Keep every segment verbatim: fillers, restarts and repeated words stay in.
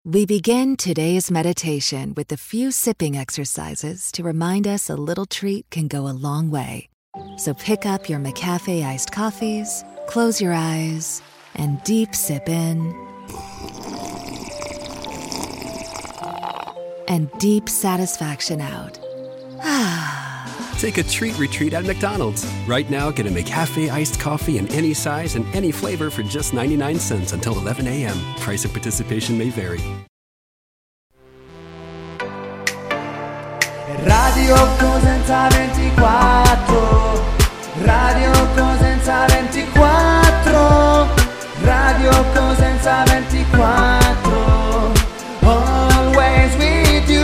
We begin today's meditation with a few sipping exercises to remind us a little treat can go a long way. So pick up your McCafe iced coffees, close your eyes, and deep sip in. And deep satisfaction out. Take a treat retreat at McDonald's. Right now, get a McCafe iced coffee in any size and any flavor for just ninety-nine cents until eleven a.m. Price of participation may vary. Radio Cosenza ventiquattro, Radio Cosenza ventiquattro, Radio Cosenza ventiquattro, always with you.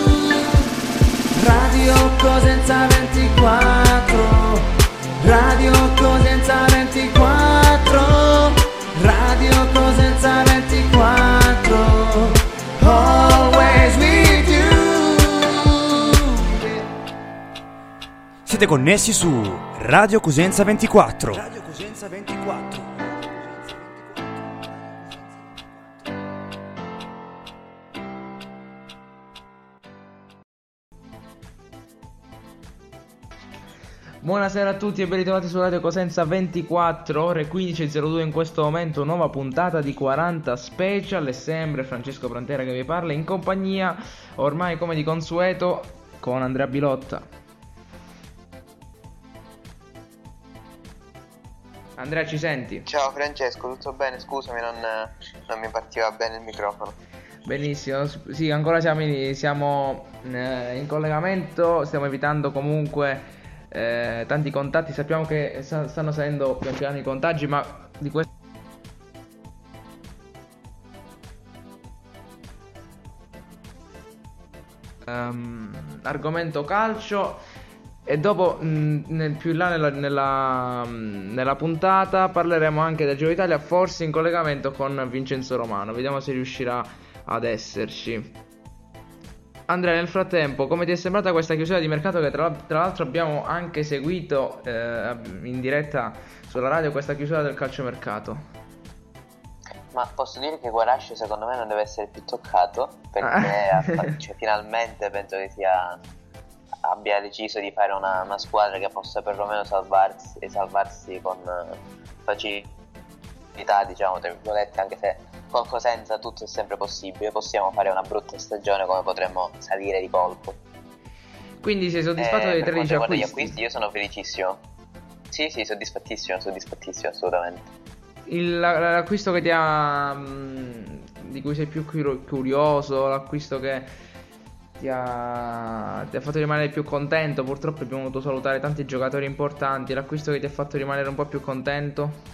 Radio Cosenza ventiquattro, Radio Cosenza ventiquattro, Radio Cosenza ventiquattro, always with you. Siete connessi su Radio Cosenza ventiquattro. Radio Cosenza ventiquattro. Buonasera a tutti e ben ritrovati su Radio Cosenza ventiquattro, ore quindici e zero due in questo momento, nuova puntata di quaranta Special. È sempre Francesco Prantera che vi parla in compagnia, ormai come di consueto, con Andrea Bilotta. Andrea, ci senti? Ciao Francesco, tutto bene? Scusami, non, non mi partiva bene il microfono. Benissimo, sì, ancora siamo in, siamo in collegamento, stiamo evitando comunque eh, tanti contatti. Sappiamo che stanno salendo pian piano i contagi, ma di questo um, argomento calcio. E dopo, mh, nel, più in là nella, nella, mh, nella puntata, parleremo anche del Giro d'Italia, forse in collegamento con Vincenzo Romano. Vediamo se riuscirà ad esserci. Andrea, nel frattempo, come ti è sembrata questa chiusura di mercato, che tra, tra l'altro abbiamo anche seguito eh, in diretta sulla radio, questa chiusura del calciomercato? Ma posso dire che Guarascio secondo me non deve essere più toccato, perché Ah. cioè, finalmente penso che sia... abbia deciso di fare una, una squadra che possa perlomeno salvarsi e salvarsi con uh, facilità, diciamo, tra virgolette, anche se con Cosenza tutto è sempre possibile. Possiamo fare una brutta stagione come potremmo salire di colpo. Quindi sei soddisfatto Eh, dei per tredici quanto riguarda gli acquisti? acquisti io sono felicissimo. Sì, sì, soddisfattissimo, soddisfattissimo, assolutamente. Il, l'acquisto che ti ha mh, di cui sei più cur- curioso, l'acquisto che ti ha, ti ha fatto rimanere più contento. Purtroppo abbiamo dovuto salutare tanti giocatori importanti. L'acquisto che ti ha fatto rimanere un po' più contento?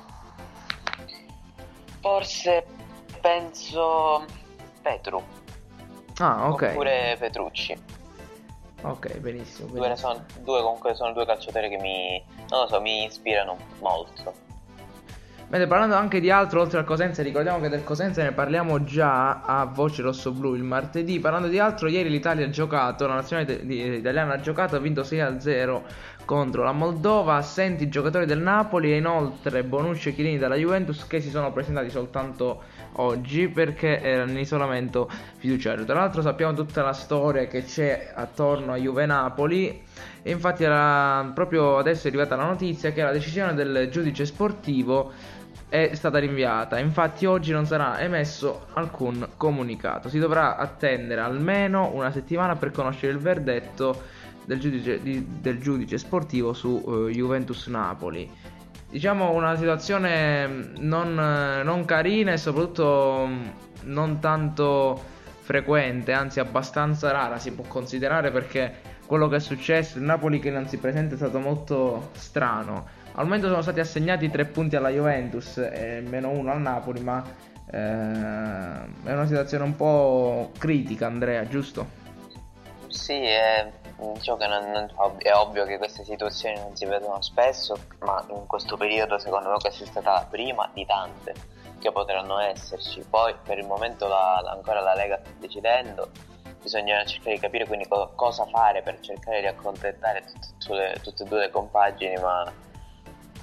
Forse penso Petru. Ah, ok. Oppure Petrucci. Ok, benissimo, Due, ne benissimo. sono, due comunque sono due calciatori che mi, non lo so, mi ispirano molto. Mentre parlando anche di altro oltre al Cosenza, ricordiamo che del Cosenza ne parliamo già a Voce Rossoblu il martedì. Parlando di altro, ieri l'Italia ha giocato, la nazionale italiana ha giocato, ha vinto sei a zero contro la Moldova, assenti i giocatori del Napoli e inoltre Bonucci e Chiellini dalla Juventus, che si sono presentati soltanto oggi perché erano in isolamento fiduciario. Tra l'altro sappiamo tutta la storia che c'è attorno a Juve-Napoli e infatti era, proprio adesso è arrivata la notizia che la decisione del giudice sportivo è stata rinviata. Infatti oggi non sarà emesso alcun comunicato, si dovrà attendere almeno una settimana per conoscere il verdetto del giudice, di, del giudice sportivo su uh, Juventus-Napoli. Diciamo una situazione non, non carina e soprattutto non tanto frequente, anzi abbastanza rara si può considerare, perché quello che è successo, il Napoli che non si presenta, è stato molto strano. Al momento sono stati assegnati tre punti alla Juventus e meno uno al Napoli, ma eh, è una situazione un po' critica, Andrea, giusto? Sì, è, diciamo che non, non, è ovvio che queste situazioni non si vedono spesso, ma in questo periodo secondo me questa è stata la prima di tante che potranno esserci. Poi per il momento la, la, ancora la Lega sta decidendo, bisogna cercare di capire quindi co- cosa fare per cercare di accontentare tutte, tutte, tutte e due le compagini, ma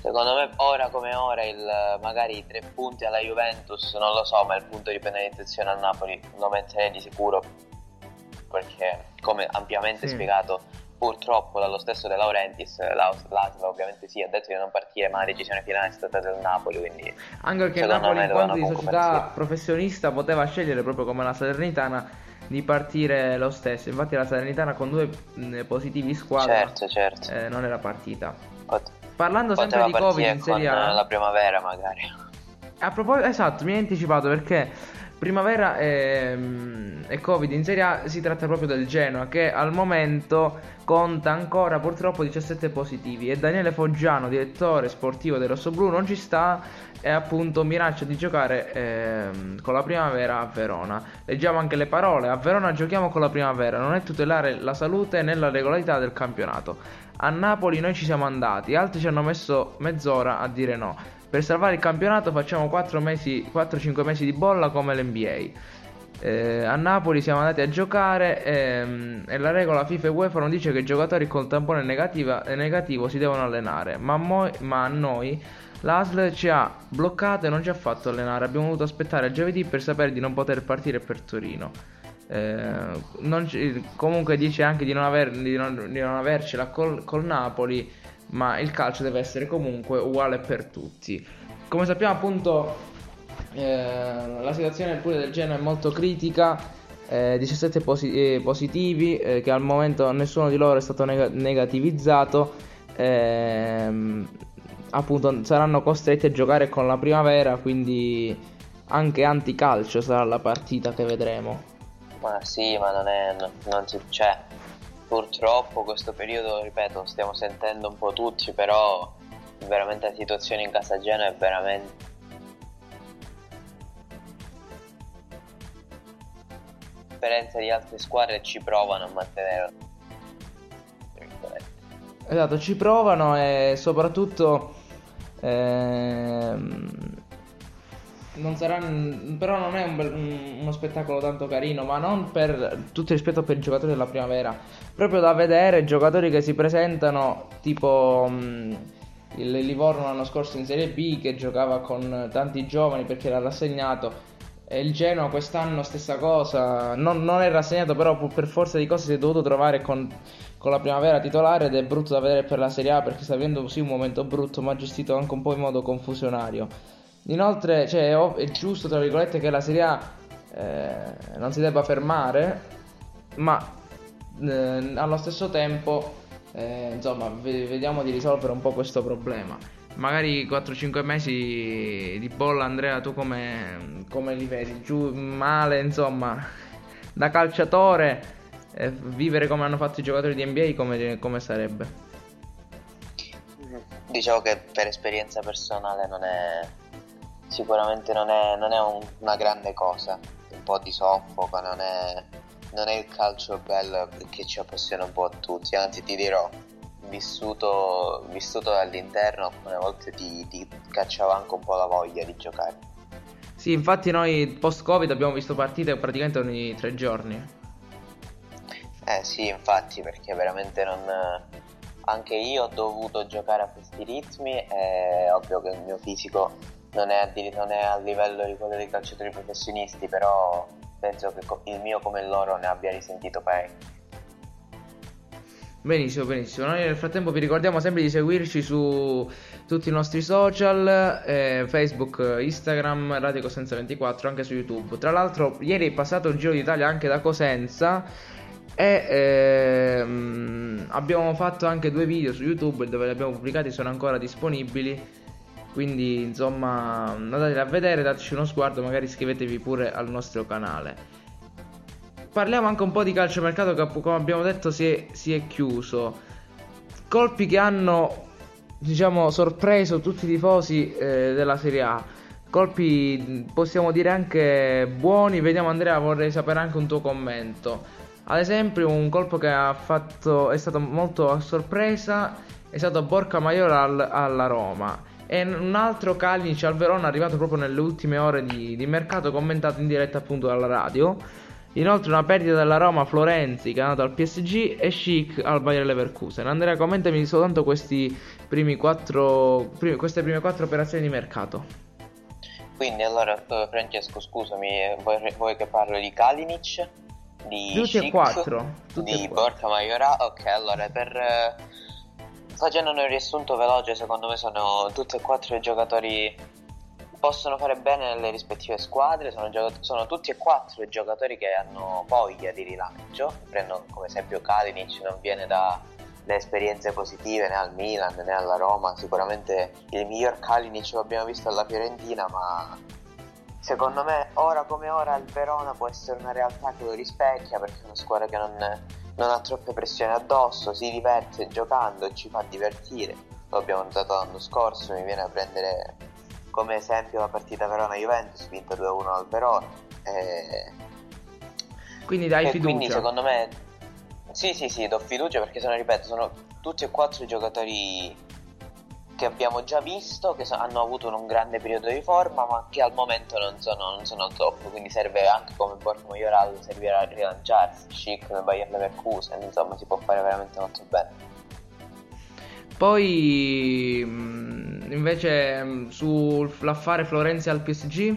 Secondo me ora come ora il magari i tre punti alla Juventus, non lo so, ma il punto di penalizzazione al Napoli lo metterei di sicuro, perché come ampiamente sì. spiegato purtroppo dallo stesso De Laurentiis, l'A S L ovviamente sì, ha detto di non partire, ma la decisione finale è stata del Napoli, quindi anche perché il Napoli in quanto di società professionista poteva scegliere proprio come la Salernitana di partire lo stesso, infatti la Salernitana con due mh, positivi squadra certo, certo. Eh, non era partita. Pot- Parlando sempre di Covid in Serie A, la primavera magari. A proposito, esatto, mi hai anticipato perché primavera e, e Covid in Serie A si tratta proprio del Genoa, che al momento conta ancora purtroppo diciassette positivi, e Daniele Foggiano, direttore sportivo del Rossoblu, non ci sta e appunto minaccia di giocare ehm, con la primavera a Verona. Leggiamo anche le parole: a Verona giochiamo con la primavera, non è tutelare la salute né la regolarità del campionato. A Napoli noi ci siamo andati, altri ci hanno messo mezz'ora a dire no. Per salvare il campionato facciamo quattro cinque mesi di bolla come l'N B A. Eh, a Napoli siamo andati a giocare ehm, e la regola FIFA e UEFA non dice che i giocatori col tampone negativa, negativo si devono allenare, ma, mo- ma a noi l'A S L ci ha bloccato e non ci ha fatto allenare. Abbiamo dovuto aspettare giovedì per sapere di non poter partire per Torino. Eh, non ci, comunque dice anche di non, aver, di non, di non avercela col, col Napoli, ma il calcio deve essere comunque uguale per tutti. Come sappiamo appunto eh, la situazione pure del Genoa è molto critica, eh, diciassette posi- eh, positivi, eh, che al momento nessuno di loro è stato neg- negativizzato, eh, appunto saranno costretti a giocare con la primavera, quindi anche anticalcio sarà la partita che vedremo. Ma sì, ma non è, non, non si, cioè, purtroppo questo periodo, ripeto, stiamo sentendo un po' tutti, però veramente la situazione in casa Genoa è veramente a differenza di altre squadre ci provano a mantenere. Esatto, ci provano e soprattutto ehm, non sarà, però non è un bel, un, uno spettacolo tanto carino, ma non per tutto il rispetto per i giocatori della primavera, proprio da vedere giocatori che si presentano tipo mh, il Livorno l'anno scorso in Serie B che giocava con tanti giovani perché era rassegnato, e il Genoa quest'anno stessa cosa, non, non è rassegnato, però per forza di cose si è dovuto trovare con, con la primavera titolare, ed è brutto da vedere per la Serie A perché sta avendo sì un momento brutto, ma gestito anche un po' in modo confusionario. Inoltre, cioè, è giusto tra virgolette che la Serie A eh, non si debba fermare, ma eh, allo stesso tempo eh, insomma v- vediamo di risolvere un po' questo problema. Magari quattro cinque mesi di bolla, Andrea, tu come, come li vedi? Giù male, insomma, da calciatore eh, vivere come hanno fatto i giocatori di N B A come, come sarebbe? Diciamo che per esperienza personale non è sicuramente non è, non è un, una grande cosa, un po' di soffoco, non è, non è il calcio bello che ci appassiona un po' a tutti, anzi ti dirò, vissuto, vissuto dall'interno alcune volte ti, ti cacciava anche un po' la voglia di giocare. Sì, infatti noi post-Covid abbiamo visto partite praticamente ogni tre giorni. Eh sì, infatti, perché veramente non... Anche io ho dovuto giocare a questi ritmi, è ovvio che il mio fisico non è, a, non è a livello di quello dei calciatori professionisti, però penso che il mio come il loro ne abbia risentito parecchio. Benissimo, benissimo. Noi nel frattempo vi ricordiamo sempre di seguirci su tutti i nostri social, eh, Facebook, Instagram, Radio Cosenza ventiquattro, anche su YouTube. Tra l'altro ieri è passato il Giro d'Italia anche da Cosenza e ehm, abbiamo fatto anche due video su YouTube dove li abbiamo pubblicati, sono ancora disponibili, quindi insomma andateli a vedere, dateci uno sguardo, magari iscrivetevi pure al nostro canale. Parliamo anche un po' di calciomercato che, come abbiamo detto, si è, si è chiuso. Colpi che hanno, diciamo, sorpreso tutti i tifosi eh, della Serie A. Colpi, possiamo dire, anche buoni. Vediamo, Andrea, vorrei sapere anche un tuo commento. Ad esempio, un colpo che ha fatto, è stato molto a sorpresa, è stato Borca Majoral alla Roma. E un altro, Kalinic al Verona, arrivato proprio nelle ultime ore di, di mercato, commentato in diretta appunto dalla radio. Inoltre una perdita della Roma, Florenzi che è andato al P S G e Schick al Bayer Leverkusen. Andrea, commentami soltanto questi primi quattro, primi- queste prime quattro operazioni di mercato. Quindi allora, eh, Francesco, scusami, eh, vuoi, vuoi che parlo di Kalinic, di Tutti e Schick, quattro, tutti e di quattro. Borca Maiorà? Ok, allora, per eh, facendo un riassunto veloce, secondo me sono tutti e quattro i giocatori possono fare bene nelle rispettive squadre, sono, giocat- sono tutti e quattro i giocatori che hanno voglia di rilancio. Prendo come esempio Kalinic, non viene da, da esperienze positive né al Milan né alla Roma, sicuramente il miglior Kalinic lo abbiamo visto alla Fiorentina, ma secondo me ora come ora il Verona può essere una realtà che lo rispecchia, perché è una squadra che non, non ha troppe pressioni addosso, si diverte giocando e ci fa divertire. Lo abbiamo notato l'anno scorso, mi viene a prendere come esempio la partita Verona-Juventus vinta due a uno al Verona, e, Quindi dai e fiducia. quindi secondo me sì sì sì do fiducia, perché sono, ripeto, sono tutti e quattro i giocatori che abbiamo già visto, che so- hanno avuto un grande periodo di forma, ma che al momento non sono, non sono al top, quindi serve anche come Borja Majoral, servirà a rilanciarsi. Schick nel Bayer Leverkusen, insomma si può fare veramente molto bene. Poi mh, invece mh, sull'affare Florenzi al P S G.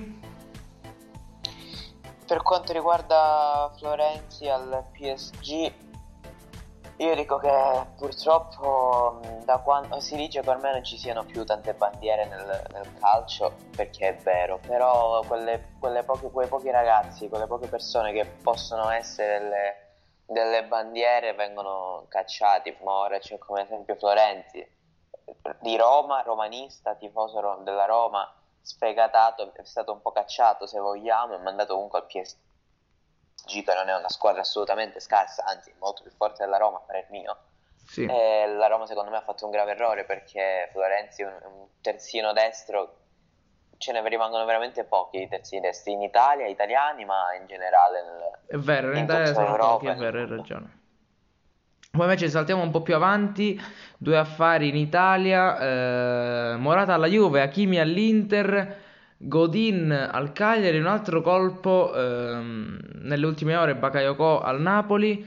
Per quanto riguarda Florenzi al P S G, io dico che purtroppo mh, da quando si dice che ormai non ci siano più tante bandiere nel, nel calcio, perché è vero, però quelle, quelle poche, quei pochi ragazzi, quelle poche persone che possono essere delle, delle bandiere vengono cacciati, ma ora c'è come esempio Florenzi, di Roma, romanista, tifoso ro- della Roma, sfegatato, è stato un po' cacciato se vogliamo, è mandato comunque al P S G, che non è una squadra assolutamente scarsa, anzi molto più forte della Roma, a parer mio. Sì. E la Roma secondo me ha fatto un grave errore, perché Florenzi è un, un terzino destro, ce ne rimangono veramente pochi di terzini destri in Italia, italiani, ma in generale nel, È vero, in in Italia tutta sono pochi, Europa è e nel vero, hai mondo. ragione. Poi invece saltiamo un po' più avanti, due affari in Italia, eh, Morata alla Juve, Hakimi all'Inter, Godin al Cagliari, un altro colpo ehm, nelle ultime ore, Bakayoko al Napoli.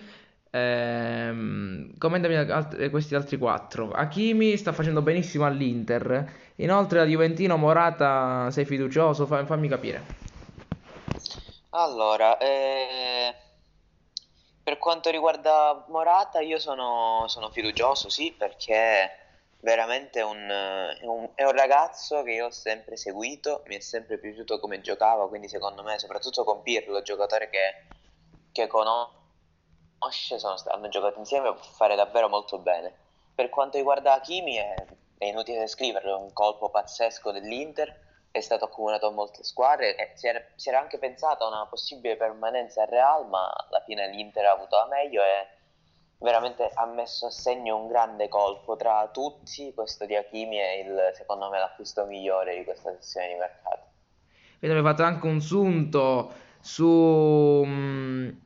Ehm, commentami alt- questi altri quattro. Hakimi sta facendo benissimo all'Inter, inoltre da Juventino Morata sei fiducioso? Fa- fammi capire. Allora, eh, per quanto riguarda Morata, io sono, sono fiducioso, sì, perché veramente è un, è un- è un ragazzo che io ho sempre seguito, mi è sempre piaciuto come giocava, quindi secondo me, soprattutto con Pirlo, giocatore che, che conosce, sono sta- hanno giocato insieme, può fare davvero molto bene. Per quanto riguarda Hakimi, è, è inutile descriverlo, è un colpo pazzesco dell'Inter, è stato accumulato a molte squadre e si era, si era anche pensata a una possibile permanenza al Real, ma alla fine l'Inter ha avuto la meglio e veramente ha messo a segno un grande colpo. Tra tutti, questo di Hakimi è il, secondo me, l'acquisto migliore di questa sessione di mercato. Vedo che hai fatto anche un sunto su, mh,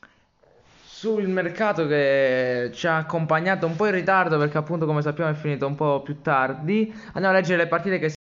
sul mercato che ci ha accompagnato un po' in ritardo perché appunto come sappiamo è finito un po' più tardi. Andiamo a leggere le partite che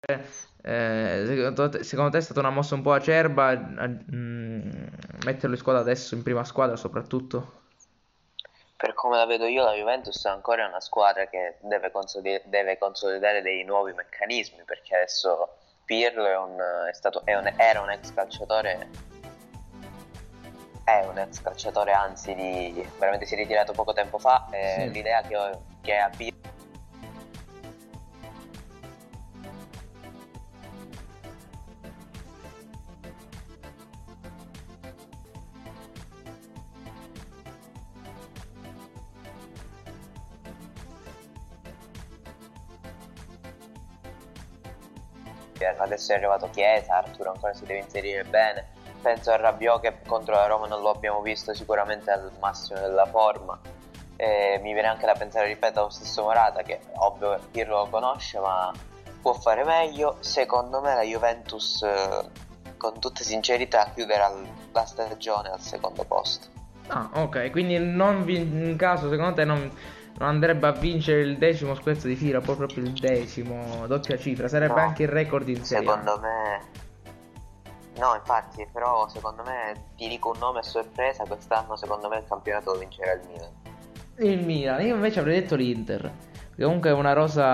Eh, secondo te, secondo te è stata una mossa un po' acerba eh, mm, metterlo in squadra adesso, in prima squadra soprattutto? Per come la vedo io, la Juventus è ancora una squadra che deve, consoli- deve consolidare dei nuovi meccanismi, perché adesso Pirlo è un, è stato, è un- era un ex calciatore, è un ex calciatore, anzi di, veramente si è ritirato poco tempo fa, e Sì. l'idea che, ho, che ha Pirlo adesso è arrivato Chiesa, Arturo ancora si deve inserire bene, penso a Rabiot che contro la Roma non lo abbiamo visto sicuramente al massimo della forma, e mi viene anche da pensare, ripeto, allo stesso Morata, che ovvio Pirlo lo conosce ma può fare meglio. Secondo me la Juventus eh, con tutta sincerità chiuderà la stagione al secondo posto. Ah, ok, quindi non vi- in caso secondo te non, non andrebbe a vincere il decimo scudetto di fila, poi proprio il decimo, doppia cifra, sarebbe No, anche il record in Serie A. secondo me no, infatti, però secondo me, ti dico un nome a sorpresa, quest'anno secondo me il campionato lo vincerà il Milan. Il Milan, io invece avrei detto l'Inter, che comunque è una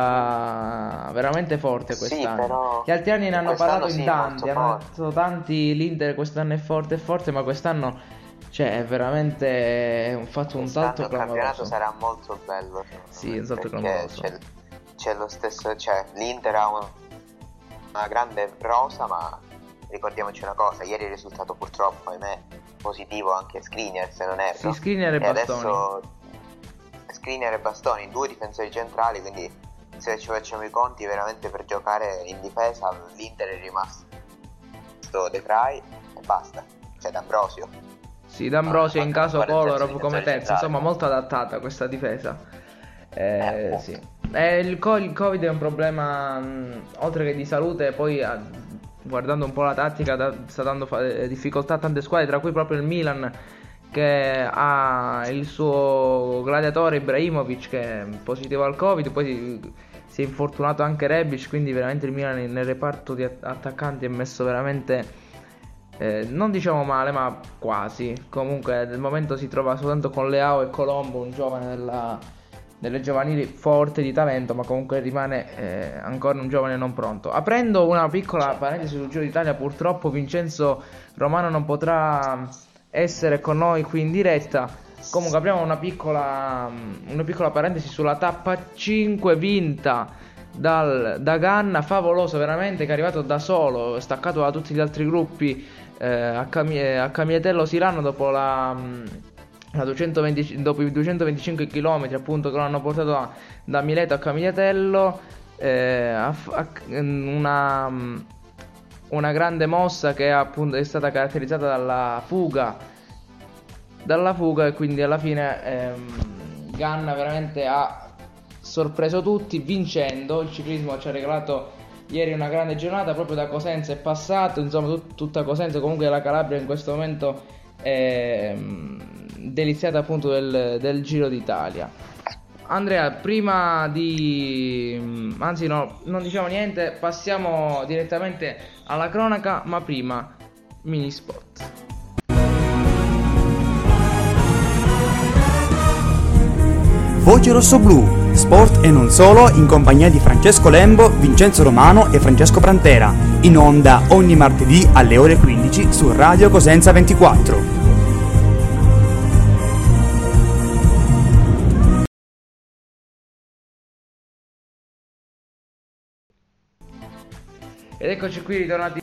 rosa veramente forte Sì, quest'anno. però Gli altri anni ne hanno quest'anno parlato in sì, tanti, molto hanno forte. detto tanti l'Inter quest'anno è forte, è forte, ma quest'anno cioè è veramente un- fatto un Quest'anno salto il campionato clamoroso. sarà molto bello, secondo Sì, me, un salto perché clamoroso. c'è, c'è lo stesso, cioè l'Inter ha una, una grande rosa, ma ricordiamoci una cosa, ieri il risultato purtroppo, ahimè, positivo anche Skriniar, se non erro. Sì, Skriniar e E Bastoni. adesso Skriniar e Bastoni, due difensori centrali, quindi se ci facciamo i conti veramente per giocare in difesa l'Inter è rimasto De Vrij e basta, cioè D'Ambrosio. Sì, D'Ambrosio Ah, in mancano caso ancora Kolarov difensori come terzo, centrali. insomma molto adattata questa difesa. Eh, Eh, appunto. sì. Eh, il, co- il Covid è un problema, mh, oltre che di salute, poi ah, guardando un po' la tattica da- sta dando fa- eh, difficoltà a tante squadre, tra cui proprio il Milan, che ha il suo gladiatore Ibrahimovic che è positivo al Covid, poi si è infortunato anche Rebic, quindi veramente il Milan nel reparto di att- attaccanti è messo veramente... Eh, non diciamo male, ma quasi. Comunque, al momento si trova soltanto con Leao e Colombo, un giovane della- delle giovanili forte di talento, ma comunque rimane eh, ancora un giovane non pronto. Aprendo una piccola parentesi sul Giro d'Italia, purtroppo Vincenzo Romano non potrà essere con noi qui in diretta. Comunque apriamo una piccola, una piccola parentesi sulla tappa cinque vinta dal, da Ganna, favoloso veramente, che è arrivato da solo, staccato da tutti gli altri gruppi eh, a, Cami- eh, a Camietello Sirano dopo la... mh, la duecentoventi dopo i duecentoventicinque chilometri appunto che lo hanno portato da, da Mileto a Camigliatello, eh, a f- a- una, una grande mossa che appunto è stata caratterizzata dalla fuga dalla fuga e quindi alla fine ehm, Ganna veramente ha sorpreso tutti vincendo. Il ciclismo ci ha regalato ieri una grande giornata, proprio da Cosenza è passato, insomma tut- tutta Cosenza, comunque la Calabria in questo momento è mm, deliziata appunto del, del Giro d'Italia. Andrea, prima di... mm, anzi no, non diciamo niente, passiamo direttamente alla cronaca, ma prima mini spot. Voce Rossoblu, sport e non solo, in compagnia di Francesco Lembo, Vincenzo Romano e Francesco Prantera, in onda ogni martedì alle ore quindici su Radio Cosenza ventiquattro. Ed eccoci qui ritornati.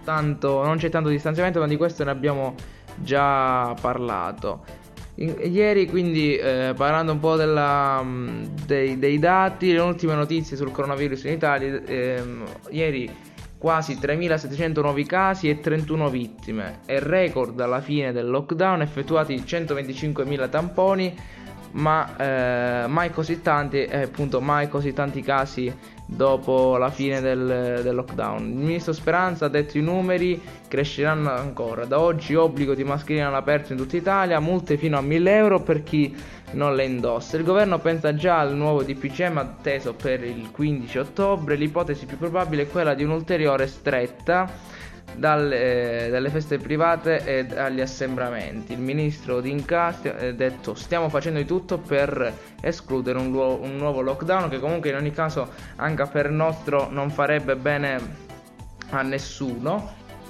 tanto, non c'è tanto distanziamento, ma di questo ne abbiamo già parlato. In, ieri quindi eh, parlando un po' della, dei, dei dati, le ultime notizie sul coronavirus in Italia, ehm, ieri quasi tremilasettecento nuovi casi e trentuno vittime, e record alla fine del lockdown, effettuati centoventicinquemila tamponi, ma eh, mai così tanti, eh, appunto mai così tanti casi dopo la fine del, del lockdown. Il ministro Speranza ha detto i numeri cresceranno ancora. Da oggi obbligo di mascherine all'aperto in tutta Italia, multe fino a mille euro per chi non le indossa. Il governo pensa già al nuovo D P C M atteso per il quindici ottobre. L'ipotesi più probabile è quella di un'ulteriore stretta dalle, dalle feste private e agli assembramenti. Il ministro D'Inca ha detto: stiamo facendo di tutto per escludere un, lu- un nuovo lockdown, che comunque in ogni caso anche per nostro non farebbe bene a nessuno.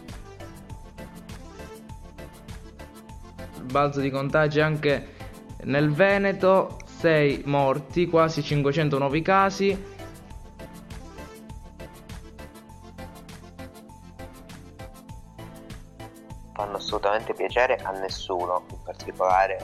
Balzo di contagi anche nel Veneto, sei morti, quasi cinquecento nuovi casi. Fanno assolutamente piacere a nessuno, in particolare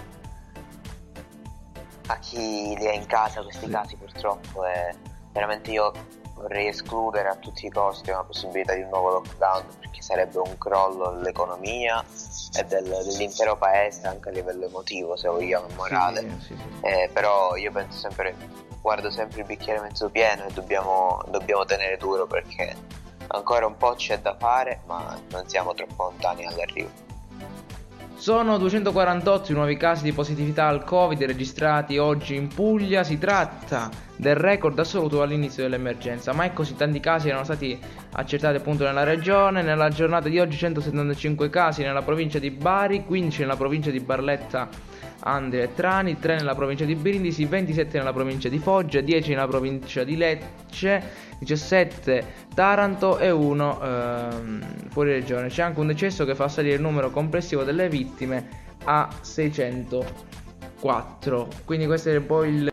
a chi li ha in casa questi casi purtroppo, e veramente io vorrei escludere a tutti i costi una possibilità di un nuovo lockdown, perché sarebbe un crollo dell'economia e del, dell'intero paese, anche a livello emotivo, se vogliamo, morale. Sì, sì, sì. Eh, però io penso sempre, guardo sempre il bicchiere mezzo pieno e dobbiamo, dobbiamo tenere duro, perché ancora un po' c'è da fare, ma non siamo troppo lontani dall'arrivo. Sono duecentoquarantotto i nuovi casi di positività al Covid registrati oggi in Puglia. Si tratta del record assoluto all'inizio dell'emergenza. Mai così tanti casi erano stati accertati appunto nella regione. Nella giornata di oggi centosettantacinque casi nella provincia di Bari, quindici nella provincia di Barletta, Andria e Trani, tre nella provincia di Brindisi, ventisette nella provincia di Foggia, dieci nella provincia di Lecce, diciassette Taranto e uno ehm, fuori regione. C'è anche un decesso che fa salire il numero complessivo delle vittime a seicentoquattro. Quindi questo è un po' il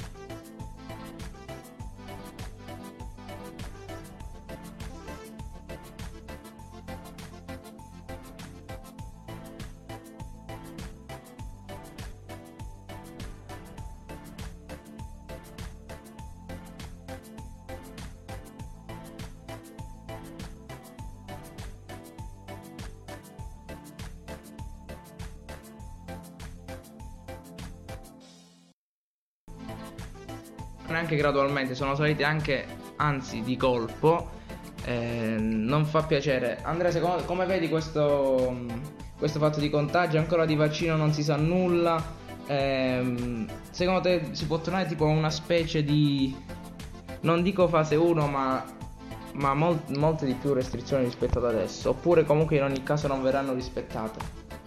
anche gradualmente, sono saliti anche, anzi di colpo. Eh, non fa piacere. Andrea, secondo, come vedi questo, questo fatto di contagio? Ancora di vaccino non si sa nulla. Eh, secondo te si può tornare tipo a una specie di, non dico fase uno, ma, ma mol, molte di più restrizioni rispetto ad adesso? Oppure comunque in ogni caso non verranno rispettate?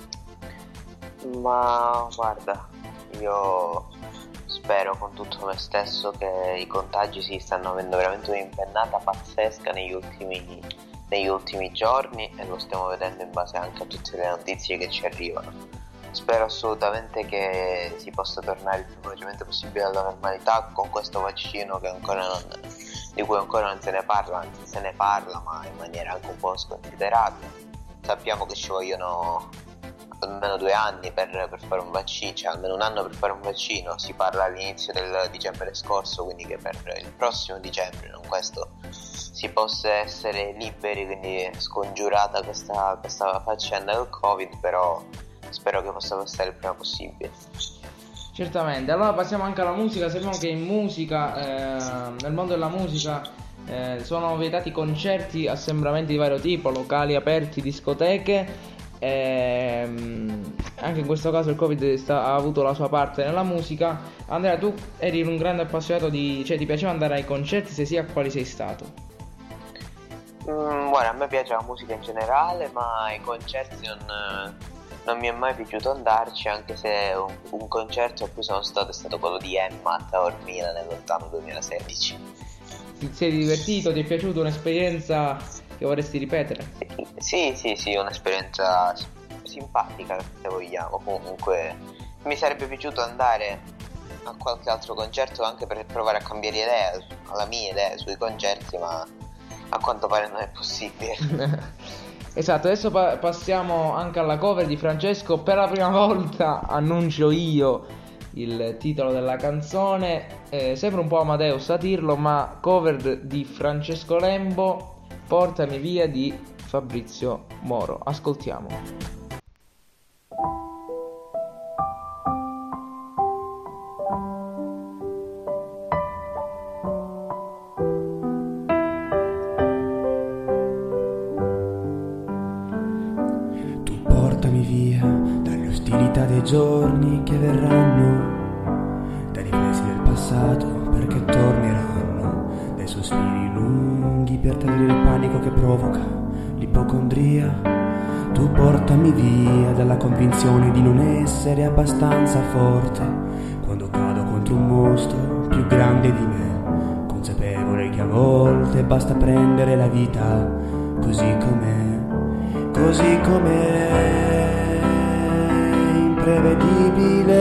Ma guarda, io spero con tutto me stesso che i contagi si stanno avendo veramente un'impennata pazzesca negli ultimi, negli ultimi giorni, e lo stiamo vedendo in base anche a tutte le notizie che ci arrivano. Spero assolutamente che si possa tornare il più velocemente possibile alla normalità con questo vaccino che ancora non, di cui ancora non se ne parla, anzi se ne parla ma in maniera anche un po' sconsiderata. Sappiamo che ci vogliono almeno due anni per, per fare un vaccino, cioè almeno un anno per fare un vaccino. Si parla all'inizio del dicembre scorso, quindi che per il prossimo dicembre, non questo, si possa essere liberi, quindi scongiurata questa, questa faccenda del Covid, però spero che possa passare il prima possibile. Certamente. Allora passiamo anche alla musica. Sappiamo che in musica, eh, nel mondo della musica, eh, sono vietati concerti, assembramenti di vario tipo, locali aperti, discoteche. Ehm, anche in questo caso il Covid sta, ha avuto la sua parte nella musica. Andrea, tu eri un grande appassionato di, cioè ti piaceva andare ai concerti? Se sì, a quali sei stato? Mm, guarda, a me piace la musica in generale, ma ai concerti non, non mi è mai piaciuto andarci, anche se un, un concerto a cui sono stato è stato quello di Emma a Taormina nel lontano duemilasedici. Ti sei divertito? Ti è piaciuta? Un'esperienza che vorresti ripetere? Sì, sì, sì, un'esperienza simpatica, se vogliamo. Comunque mi sarebbe piaciuto andare a qualche altro concerto anche per provare a cambiare idea, la mia idea sui concerti, ma a quanto pare non è possibile. Esatto, adesso pa- passiamo anche alla cover di Francesco. Per la prima volta annuncio io il titolo della canzone. Eh, sembra un po' Amadeus a dirlo, ma cover di Francesco Lembo, Portami via di Fabrizio Moro. Ascoltiamo. Dei giorni che verranno, dai riflessi del passato perché torneranno, dai sospiri lunghi per tenere il panico che provoca l'ipocondria. Tu portami via dalla convinzione di non essere abbastanza forte quando cado contro un mostro più grande di me, consapevole che a volte basta prendere la vita così com'è, così com'è, imprevedibile.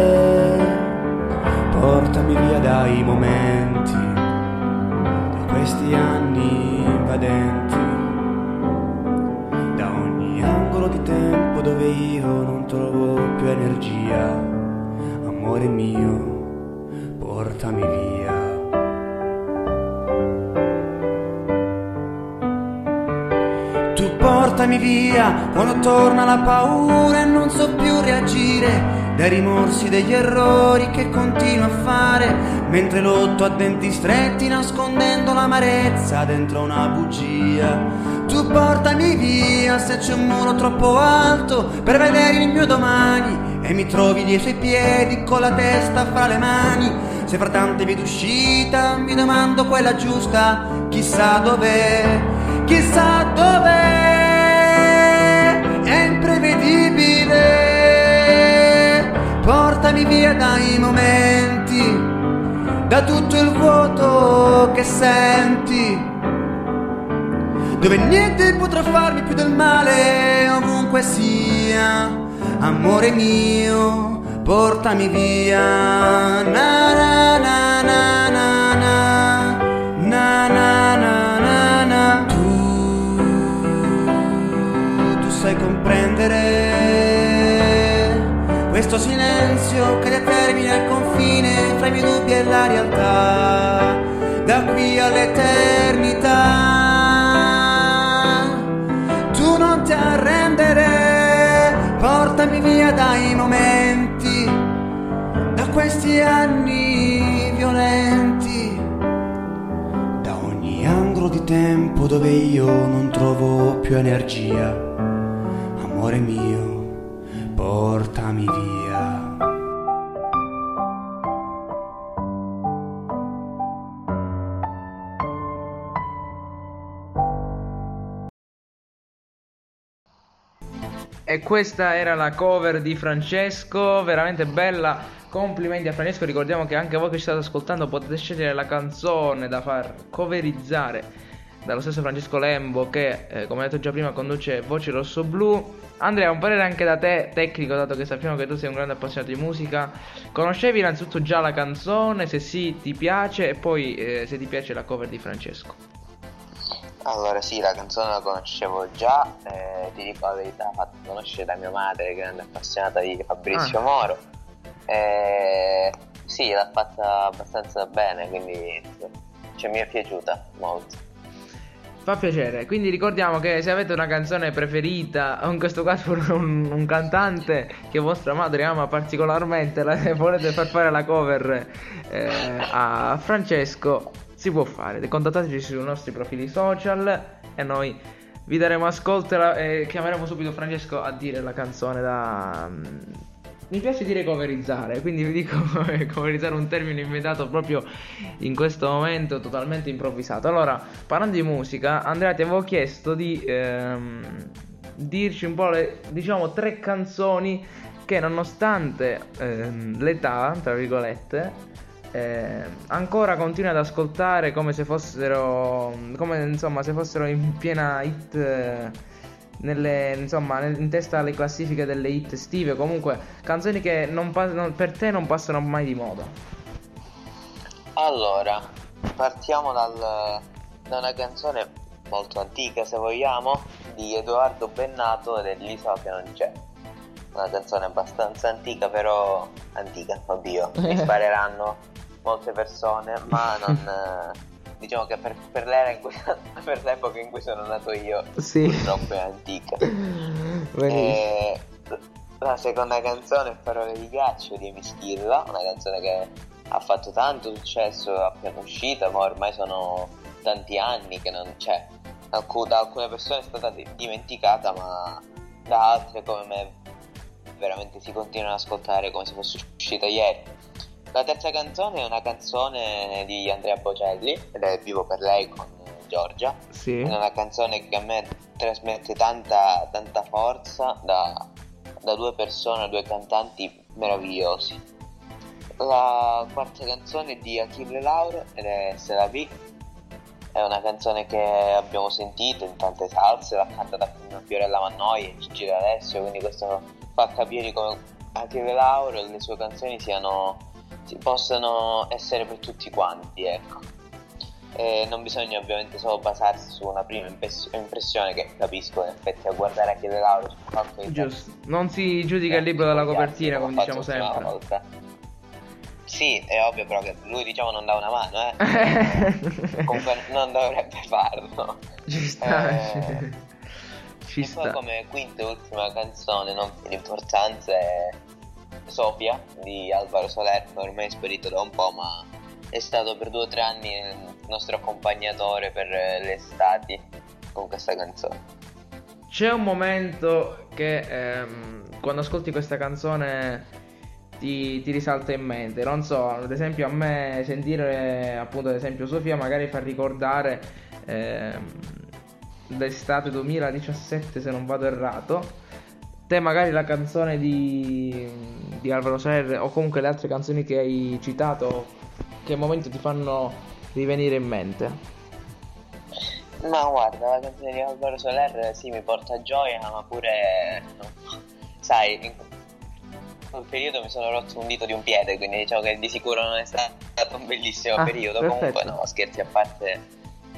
Portami via dai momenti, da questi anni invadenti, da ogni angolo di tempo dove io non trovo più energia. Amore mio, portami via. Portami via quando torna la paura e non so più reagire, dai rimorsi degli errori che continuo a fare, mentre lotto a denti stretti nascondendo l'amarezza dentro una bugia. Tu portami via se c'è un muro troppo alto per vedere il mio domani e mi trovi dietro i piedi con la testa fra le mani. Se fra tante vie d'uscita mi domando quella giusta, chissà dov'è, chissà dov'è. È imprevedibile. Portami via dai momenti, da tutto il vuoto che senti, dove niente potrà farmi più del male, ovunque sia. Amore mio, portami via. Na na na na na na na na na na na. Tu, tu sai comprendere questo silenzio che determina il confine fra i miei dubbi e la realtà, da qui all'eternità. Tu non ti arrendere, portami via dai momenti, da questi anni violenti, da ogni angolo di tempo dove io non trovo più energia. Amore mio, portami via. E questa era la cover di Francesco, veramente bella. Complimenti a Francesco. Ricordiamo che anche voi che ci state ascoltando potete scegliere la canzone da far coverizzare dallo stesso Francesco Lembo che, eh, come detto già prima, conduce Voci Rosso Blu. Andrea, un parere anche da te, tecnico, dato che sappiamo che tu sei un grande appassionato di musica. Conoscevi innanzitutto già la canzone? Se sì, ti piace? E poi eh, se ti piace la cover di Francesco. Allora sì, la canzone la conoscevo già, eh, ti dico la verità, l'ha fatta conoscere da mia madre, grande appassionata di Fabrizio ah. Moro. Eh, sì, l'ha fatta abbastanza bene, quindi cioè, mi è piaciuta molto. Fa piacere, quindi ricordiamo che se avete una canzone preferita, o in questo caso un, un cantante che vostra madre ama particolarmente, la, volete far fare la cover eh, a Francesco, si può fare. Contattateci sui nostri profili social e noi vi daremo ascolto e chiameremo subito Francesco a dire la canzone da... Mi piace dire coverizzare, quindi vi dico coverizzare, un termine inventato proprio in questo momento, totalmente improvvisato. Allora, parlando di musica, Andrea, ti avevo chiesto di ehm, dirci un po' le, diciamo, tre canzoni che nonostante ehm, l'età, tra virgolette, eh, ancora continui ad ascoltare come se fossero, come insomma, se fossero in piena hit... Eh, Nelle, insomma, in testa alle classifiche delle hit estive, comunque canzoni che non, non, per te non passano mai di moda. Allora, partiamo dal, da una canzone molto antica se vogliamo, di Edoardo Bennato ed è L'isola che non c'è. Una canzone abbastanza antica, però antica, oddio, mi spareranno molte persone, ma non diciamo che per, per l'era in cui per l'epoca in cui sono nato io, sì, purtroppo è antica. E la seconda canzone è Parole di ghiaccio di Mischilla, una canzone che ha fatto tanto successo appena uscita, ma ormai sono tanti anni che non c'è. Da alcune persone è stata dimenticata, ma da altre come me veramente si continuano ad ascoltare come se fosse uscita ieri. La terza canzone è una canzone di Andrea Bocelli ed è Vivo per lei con Giorgia. Sì. È una canzone che a me trasmette tanta, tanta forza da, da due persone, due cantanti meravigliosi. La quarta canzone è di Achille Lauro ed è Se la vi. È una canzone che abbiamo sentito in tante salse, l'ha cantata con Fiorella Mannoia e Gigi D'Alessio, quindi questo fa capire come Achille Lauro e le sue canzoni siano, possano essere per tutti quanti, ecco. E non bisogna ovviamente solo basarsi su una prima impressione, che capisco in effetti a guardare Achille Lauro sul fatto che giusto, non si giudica il libro dalla copertina, come diciamo sempre. Volta. Sì, è ovvio, però che lui diciamo non dà una mano, eh. Comunque non dovrebbe farlo. Ci sta. Eh, Ci e sta. poi come quinta e ultima canzone, non per importanza, è Sofia di Alvaro Soler, che ormai è sparito da un po', ma è stato per due o tre anni il nostro accompagnatore per le estati con questa canzone. C'è un momento che ehm, quando ascolti questa canzone Ti, ti risalta in mente, non so, ad esempio a me sentire appunto ad esempio Sofia magari fa ricordare ehm, l'estate duemiladiciassette, se non vado errato. Te magari la canzone di, di Alvaro Soler o comunque le altre canzoni che hai citato, che momento ti fanno rivenire in mente? Ma guarda, la canzone di Alvaro Soler sì mi porta gioia, ma pure no, sai, in quel periodo mi sono rotto un dito di un piede, quindi diciamo che di sicuro non è stato un bellissimo ah, periodo. Perfetto. Comunque no, scherzi a parte.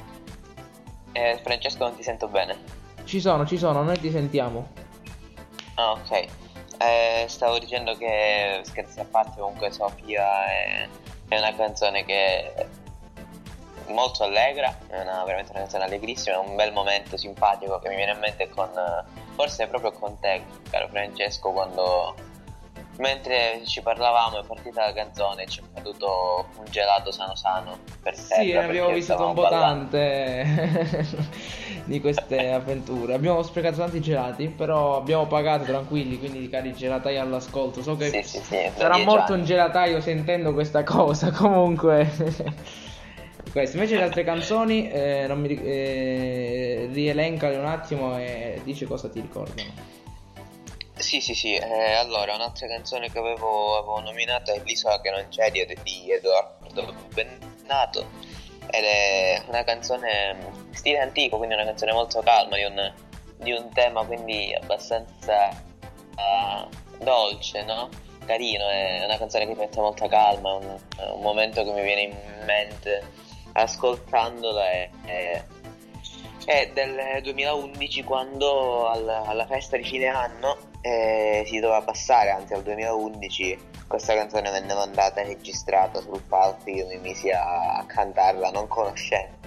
eh, Francesco, non ti sento bene. Ci sono, ci sono, noi ti sentiamo. Ah, ok. eh, Stavo dicendo che, scherzi a parte, comunque Sofia è, è una canzone che è molto allegra, è una, veramente una canzone allegrissima, è un bel momento simpatico che mi viene in mente con, forse proprio con te, caro Francesco, quando mentre ci parlavamo è partita la canzone e ci è caduto un gelato sano sano per terra. Sì, ne abbiamo visto un po' tante di queste avventure. Abbiamo sprecato tanti gelati, però abbiamo pagato, tranquilli, quindi cari gelatai all'ascolto. So che sì, sì, sì, sarà morto anni. Un gelataio sentendo questa cosa, comunque. Questo. Invece le altre canzoni eh, non mi eh, rielencale un attimo e dice cosa ti ricordano. Sì, sì, sì, eh, allora un'altra canzone che avevo, avevo nominato è L'isola che non c'è di, di Edoardo Bennato ed è una canzone stile antico, quindi una canzone molto calma di un, di un tema quindi abbastanza uh, dolce, no? Carino, è una canzone che mi mette molta calma, un, un momento che mi viene in mente ascoltandola è, è, è del duemilaundici, quando al, alla festa di fine anno Eh, si doveva passare, anzi al duemilaundici questa canzone venne mandata e registrata sul palco. Io mi misi a, a cantarla non conoscendo,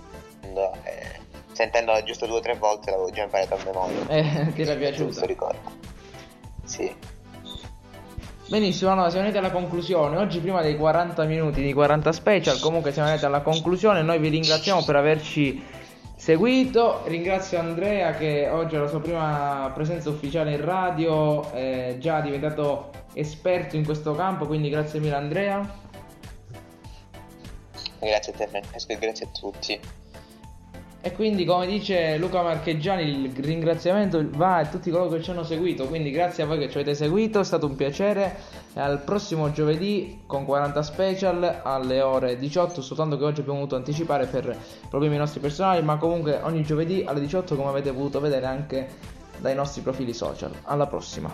eh, sentendola giusto due o tre volte l'avevo già imparata a memoria. Eh, ti era piaciuta? Ricordo. Sì. Benissimo, allora siamo arrivati alla conclusione. Oggi prima dei quaranta minuti di quaranta special, comunque siamo arrivati alla conclusione. Noi vi ringraziamo per averci seguito, ringrazio Andrea che oggi è la sua prima presenza ufficiale in radio, è già diventato esperto in questo campo, quindi grazie mille Andrea. Grazie a te Francesco e grazie a tutti. E quindi come dice Luca Marcheggiani il ringraziamento va a tutti coloro che ci hanno seguito, quindi grazie a voi che ci avete seguito, è stato un piacere. E al prossimo giovedì con quaranta special alle ore diciotto, soltanto che oggi abbiamo dovuto anticipare per problemi nostri personali, ma comunque ogni giovedì alle diciotto, come avete potuto vedere anche dai nostri profili social. Alla prossima.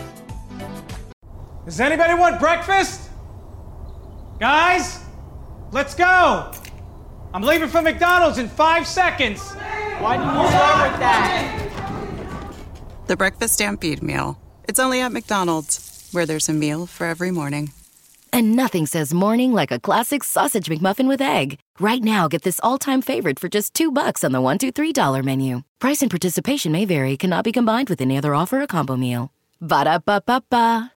Does anybody want breakfast? Guys? let's go! I'm leaving for McDonald's in five seconds. Why didn't you start with that? The Breakfast Stampede Meal. It's only at McDonald's, where there's a meal for every morning. And nothing says morning like a classic sausage McMuffin with egg. Right now, get this all-time favorite for just two bucks on the one, two, three dollar menu. Price and participation may vary. Cannot be combined with any other offer or combo meal. Ba-da-ba-ba-ba.